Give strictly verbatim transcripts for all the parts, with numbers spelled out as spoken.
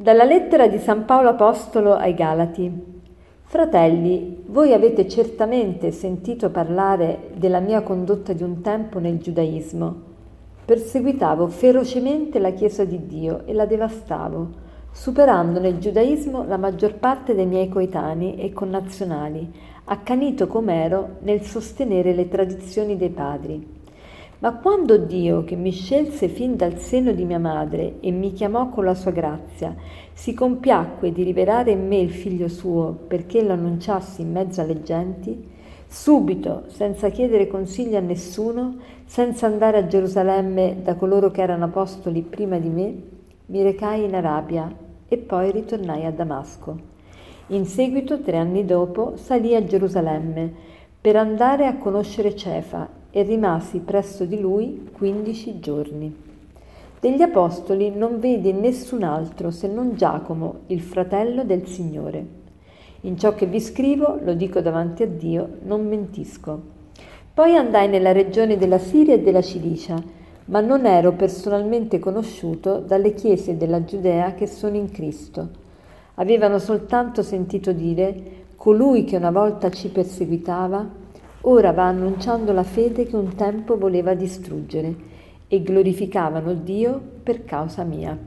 Dalla lettera di San Paolo Apostolo ai Galati. Fratelli, voi avete certamente sentito parlare della mia condotta di un tempo nel giudaismo. Perseguitavo ferocemente la Chiesa di Dio e la devastavo, superando nel giudaismo la maggior parte dei miei coetanei e connazionali, accanito com'ero nel sostenere le tradizioni dei padri. Ma quando Dio, che mi scelse fin dal seno di mia madre e mi chiamò con la sua grazia, si compiacque di rivelare in me il figlio suo perché lo annunciassi in mezzo alle genti, subito, senza chiedere consigli a nessuno, senza andare a Gerusalemme da coloro che erano apostoli prima di me, mi recai in Arabia e poi ritornai a Damasco. In seguito, tre anni dopo, salì a Gerusalemme per andare a conoscere Cefa e rimasi presso di lui quindici giorni. Degli apostoli non vedi nessun altro se non Giacomo, il fratello del Signore. In ciò che vi scrivo, lo dico davanti a Dio, non mentisco. Poi andai nella regione della Siria e della Cilicia, ma non ero personalmente conosciuto dalle chiese della Giudea che sono in Cristo. Avevano soltanto sentito dire: colui che una volta ci perseguitava ora va annunciando la fede che un tempo voleva distruggere, e glorificavano Dio per causa mia.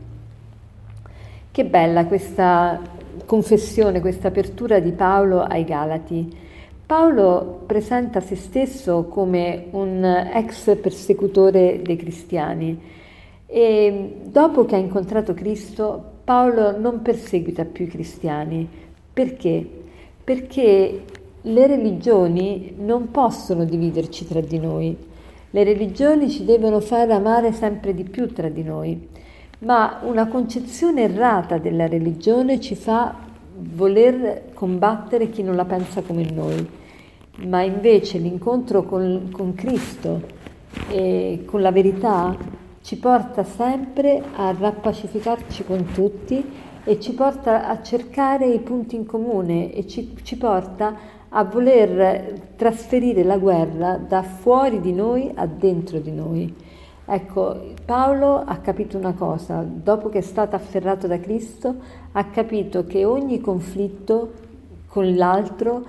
Che bella questa confessione, questa apertura di Paolo ai Galati. Paolo presenta se stesso come un ex persecutore dei cristiani e dopo che ha incontrato Cristo, Paolo non perseguita più i cristiani. Perché? Perché le religioni non possono dividerci tra di noi. Le religioni ci devono far amare sempre di più tra di noi, ma una concezione errata della religione ci fa voler combattere chi non la pensa come noi. Ma invece l'incontro con, con Cristo e con la verità ci porta sempre a rappacificarci con tutti e ci porta a cercare i punti in comune e ci, ci porta a voler trasferire la guerra da fuori di noi a dentro di noi. Ecco, Paolo ha capito una cosa: dopo che è stato afferrato da Cristo, ha capito che ogni conflitto con l'altro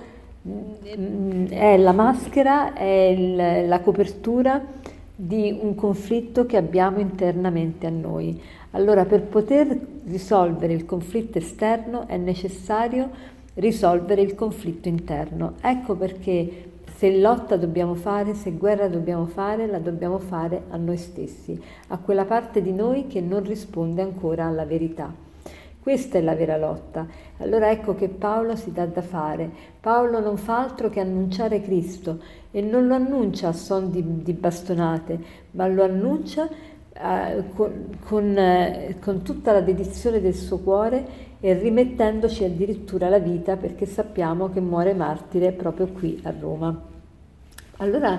è la maschera, è il, la copertura di un conflitto che abbiamo internamente a noi. Allora, per poter risolvere il conflitto esterno è necessario risolvere il conflitto interno. Ecco perché se lotta dobbiamo fare, se guerra dobbiamo fare, la dobbiamo fare a noi stessi, a quella parte di noi che non risponde ancora alla verità. Questa è la vera lotta. Allora ecco che Paolo si dà da fare. Paolo non fa altro che annunciare Cristo e non lo annuncia a suon di, di bastonate, ma lo annuncia eh, con, con, eh, con tutta la dedizione del suo cuore e rimettendoci addirittura la vita, perché sappiamo che muore martire proprio qui a Roma. Allora,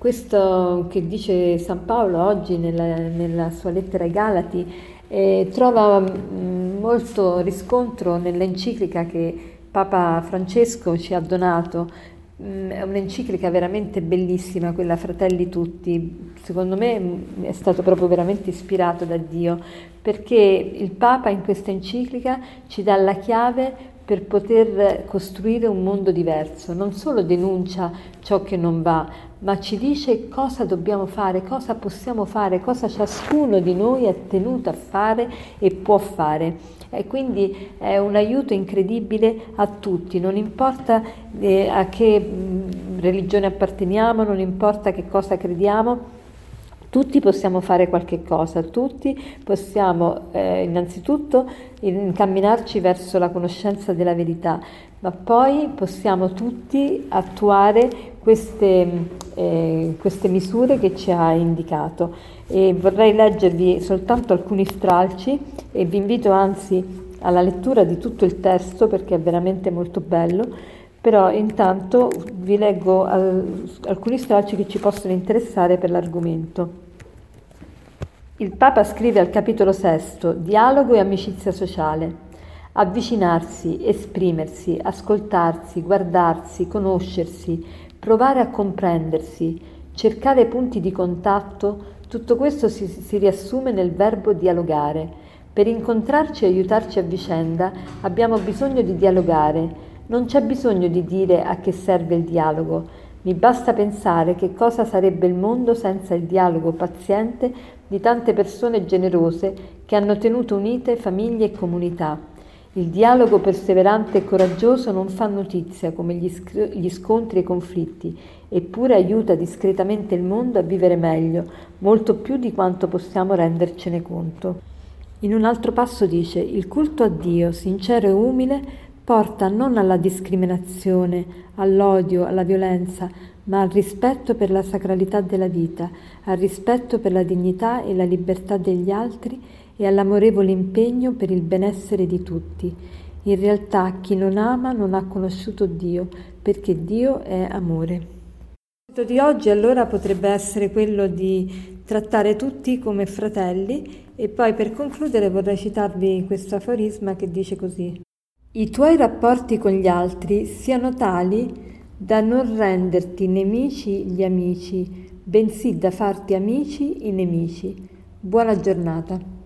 questo che dice San Paolo oggi nella, nella sua lettera ai Galati eh, trova mh, molto riscontro nell'enciclica che Papa Francesco ci ha donato. Mh, è un'enciclica veramente bellissima, quella Fratelli Tutti. Secondo me mh, è stato proprio veramente ispirato da Dio, perché il Papa in questa enciclica ci dà la chiave per poter costruire un mondo diverso. Non solo denuncia ciò che non va, ma ci dice cosa dobbiamo fare, cosa possiamo fare, cosa ciascuno di noi è tenuto a fare e può fare. E quindi è un aiuto incredibile a tutti, non importa eh, a che mh, religione apparteniamo, non importa che cosa crediamo. Tutti possiamo fare qualche cosa, tutti possiamo eh, innanzitutto incamminarci verso la conoscenza della verità, ma poi possiamo tutti attuare queste, eh, queste misure che ci ha indicato. E vorrei leggervi soltanto alcuni stralci e vi invito anzi alla lettura di tutto il testo perché è veramente molto bello, però intanto vi leggo al, alcuni stralci che ci possono interessare per l'argomento. Il Papa scrive al capitolo sesto: dialogo e amicizia sociale. Avvicinarsi, esprimersi, ascoltarsi, guardarsi, conoscersi, provare a comprendersi, cercare punti di contatto, tutto questo si, si riassume nel verbo dialogare. Per incontrarci e aiutarci a vicenda abbiamo bisogno di dialogare. Non c'è bisogno di dire a che serve il dialogo. Mi basta pensare che cosa sarebbe il mondo senza il dialogo paziente di tante persone generose che hanno tenuto unite famiglie e comunità. Il dialogo perseverante e coraggioso non fa notizia come gli, sc- gli scontri e i conflitti, eppure aiuta discretamente il mondo a vivere meglio, molto più di quanto possiamo rendercene conto. In un altro passo dice: il culto a Dio, sincero e umile, porta non alla discriminazione, all'odio, alla violenza, ma al rispetto per la sacralità della vita, al rispetto per la dignità e la libertà degli altri e all'amorevole impegno per il benessere di tutti. In realtà chi non ama non ha conosciuto Dio, perché Dio è amore. Il compito di oggi allora potrebbe essere quello di trattare tutti come fratelli, e poi per concludere vorrei citarvi questo aforisma che dice così: i tuoi rapporti con gli altri siano tali da non renderti nemici gli amici, bensì da farti amici i nemici. Buona giornata.